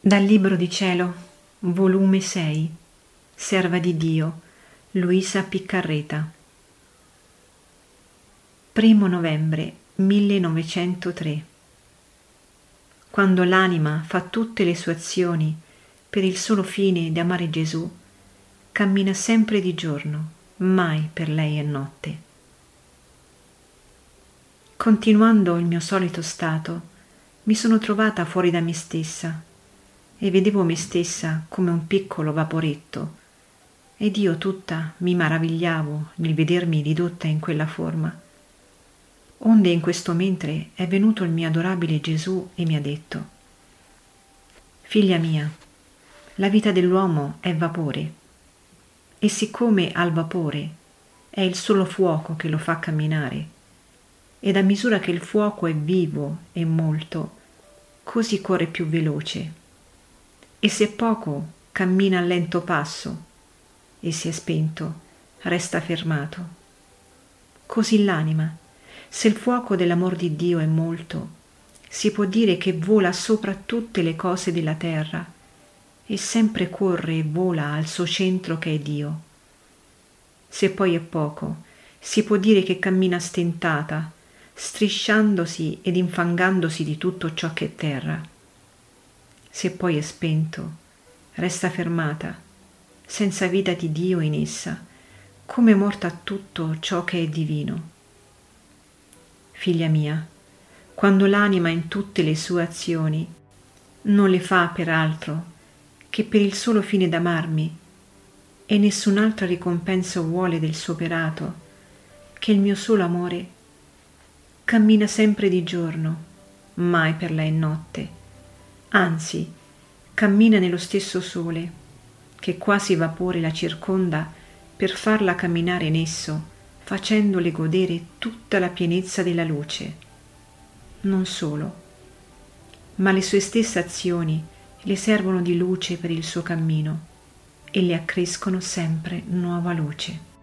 Dal Libro di Cielo, volume 6, Serva di Dio, Luisa Piccarreta. 1 novembre 1903. Quando l'anima fa tutte le sue azioni per il solo fine di amare Gesù, cammina sempre di giorno, mai per lei è notte. Continuando il mio solito stato, mi sono trovata fuori da me stessa e vedevo me stessa come un piccolo vaporetto, ed io tutta mi maravigliavo nel vedermi ridotta in quella forma. Onde in questo mentre è venuto il mio adorabile Gesù e mi ha detto: «Figlia mia, la vita dell'uomo è vapore, e siccome al vapore è il solo fuoco che lo fa camminare, ed a misura che il fuoco è vivo e molto, così corre più veloce, e se poco cammina a lento passo, e se è spento resta fermato. Così l'anima, se il fuoco dell'amor di Dio è molto, si può dire che vola sopra tutte le cose della terra e sempre corre e vola al suo centro che è Dio. Se poi è poco, si può dire che cammina stentata, strisciandosi ed infangandosi di tutto ciò che è terra. Se poi è spento, resta fermata, senza vita di Dio in essa, come morta a tutto ciò che è divino. Figlia mia, quando l'anima in tutte le sue azioni non le fa per altro che per il solo fine d'amarmi, e nessun'altra ricompensa vuole del suo operato che il mio solo amore, cammina sempre di giorno, mai per lei notte, anzi cammina nello stesso sole, che quasi vapore la circonda per farla camminare in esso, facendole godere tutta la pienezza della luce. Non solo, ma le sue stesse azioni le servono di luce per il suo cammino e le accrescono sempre nuova luce.